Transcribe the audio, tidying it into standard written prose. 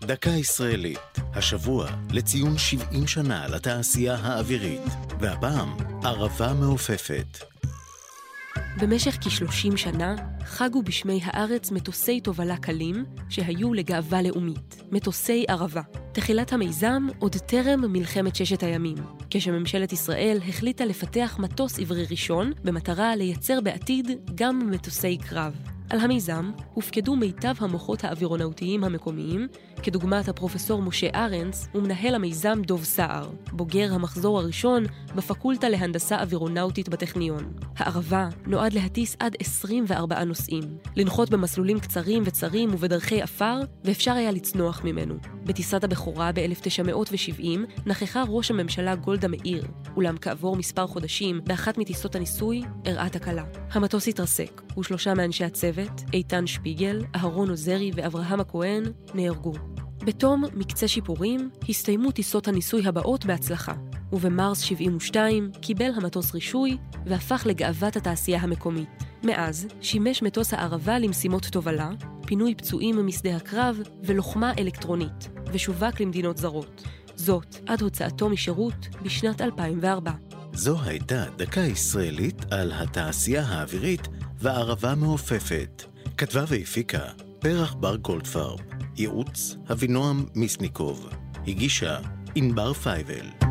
דקה ישראלית, השבוע לציון 70 שנה לתעשייה האווירית, והפעם ערבה מעופפת. במשך כ-30 שנה חגו בשמי הארץ מטוסי תובלה קלים שהיו לגאווה לאומית, מטוסי ערבה. תחילת המיזם עוד טרם מלחמת ששת הימים, כשממשלת ישראל החליטה לפתח מטוס עברי ראשון במטרה לייצר בעתיד גם מטוסי קרב. על המיזם הופקדו מיטב המוחות האווירונאוטיים המקומיים, כדוגמת הפרופסור משה ארנס ומנהל המיזם דוב סער, בוגר המחזור הראשון בפקולטה להנדסה אווירונאוטית בטכניון. הערבה נועד להטיס עד 24 נוסעים, לנחות במסלולים קצרים וצרים ובדרכי אפר, ואפשר היה לצנוח ממנו. בטיסת הבכורה ב-1970 נכחה ראש הממשלה גולדה מאיר, אולם כעבור מספר חודשים באחת מטיסות הניסוי אירעה תקלה. המטוס התרסק, ושלושה מאנשי הצוות, איתן שפיגל, אהרון עוזרי ואברהם הכהן, נהרגו. בתום מקצה שיפורים הסתיימו טיסות הניסוי הבאות בהצלחה, ובמרס 72 קיבל המטוס רישוי והפך לגאוות התעשייה המקומית. מאז שימש מטוס הערבה למשימות תובלה, פינוי פצועים משדה הקרב ולוחמה אלקטרונית, ושווק למדינות זרות. זאת עד הוצאתו משירות בשנת 2004. זו הייתה דקה ישראלית על התעשייה האווירית וערבה מעופפת. כתבה והפיקה פרח בר גולדפרב, ייעוץ אבינועם מיסניקוב, הגישה ענבר פייבל.